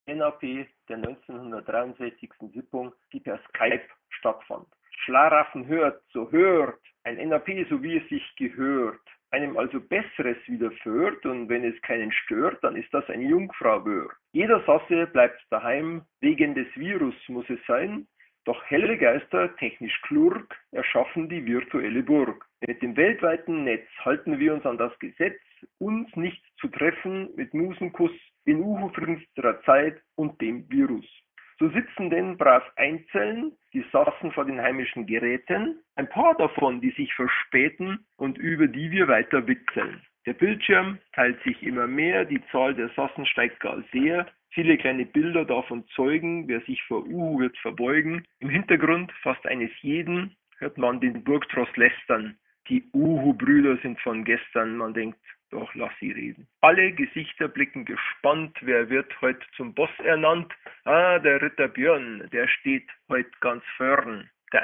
NAP der 1963. Sitzung, die per Skype stattfand. Schlaraffen hört, so hört, ein NAP, so wie es sich gehört, einem also Besseres widerführt, und wenn es keinen stört, dann ist das eine Jungfrau-Wör. Jeder Sasse bleibt daheim, wegen des Virus muss es sein, doch helle Geister, technisch klug, erschaffen die virtuelle Burg. Mit dem weltweiten Netz halten wir uns an das Gesetz, uns nicht zu treffen mit Musenkuss in uhu-finsterer Zeit und dem Virus. So sitzen denn brav einzeln die Sassen vor den heimischen Geräten, ein paar davon, die sich verspäten und über die wir weiter witzeln. Der Bildschirm teilt sich immer mehr, die Zahl der Sassen steigt gar sehr. Viele kleine Bilder davon zeugen, wer sich vor Uhu wird verbeugen. Im Hintergrund fast eines jeden hört man den Burgtross lästern. Die Uhu-Brüder sind von gestern, man denkt, doch lass sie reden. Alle Gesichter blicken gespannt, wer wird heute zum Boss ernannt? Ah, der Ritter Björn, der steht heute ganz vorn. Der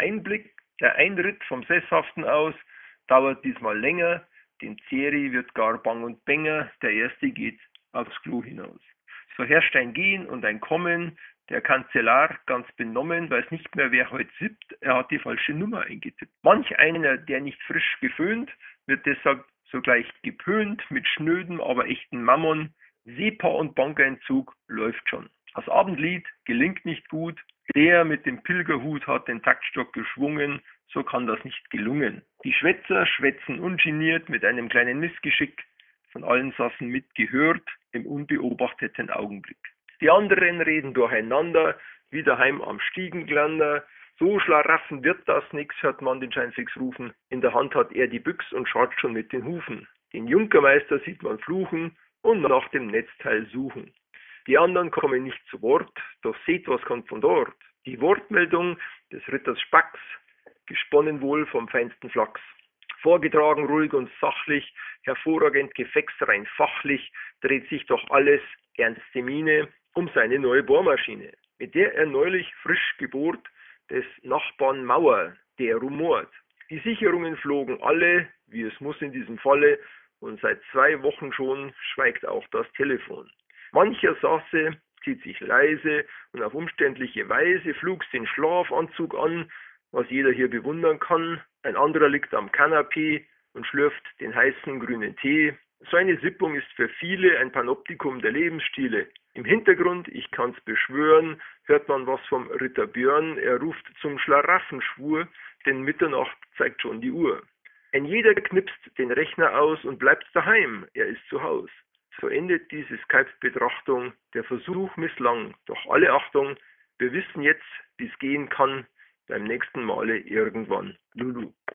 Einritt vom Sesshaften aus dauert diesmal länger, dem Zeri wird gar bang und bänger, der Erste geht aufs Klo hinaus. So herrscht ein Gehen und ein Kommen, der Kanzellar ganz benommen, weiß nicht mehr, wer heute sitzt, er hat die falsche Nummer eingetippt. Manch einer, der nicht frisch geföhnt, wird deshalb sogleich gepönt mit schnödem, aber echten Mammon. SEPA und Bankeinzug läuft schon. Das Abendlied gelingt nicht gut, der mit dem Pilgerhut hat den Taktstock geschwungen, so kann das nicht gelungen. Die Schwätzer schwätzen ungeniert mit einem kleinen Missgeschick, von allen Sassen mitgehört, im unbeobachteten Augenblick. Die anderen reden durcheinander, wie daheim am Stiegenglander. So schlaraffen wird das nix, hört man den Scheinfix rufen. In der Hand hat er die Büchs und schaut schon mit den Hufen. Den Junkermeister sieht man fluchen und nach dem Netzteil suchen. Die anderen kommen nicht zu Wort, doch seht, was kommt von dort. Die Wortmeldung des Ritters Spacks, gesponnen wohl vom feinsten Flachs. Vorgetragen ruhig und sachlich, hervorragend gefächsrein fachlich, dreht sich doch alles, ernste Miene, um seine neue Bohrmaschine, mit der er neulich frisch gebohrt, des Nachbarn Mauer, der rumort. Die Sicherungen flogen alle, wie es muss in diesem Falle, und seit 2 Wochen schon schweigt auch das Telefon. Mancher Sasse zieht sich leise und auf umständliche Weise flugs den Schlafanzug an, was jeder hier bewundern kann. Ein anderer liegt am Kanapee und schlürft den heißen grünen Tee. So eine Sippung ist für viele ein Panoptikum der Lebensstile. Im Hintergrund, ich kann's beschwören, hört man was vom Ritter Björn. Er ruft zum Schlaraffenschwur, denn Mitternacht zeigt schon die Uhr. Ein jeder knipst den Rechner aus und bleibt daheim, er ist zu Haus. So endet diese Skype-Betrachtung, der Versuch misslang. Doch alle Achtung, wir wissen jetzt, wie's gehen kann, beim nächsten Male irgendwann. Lulu.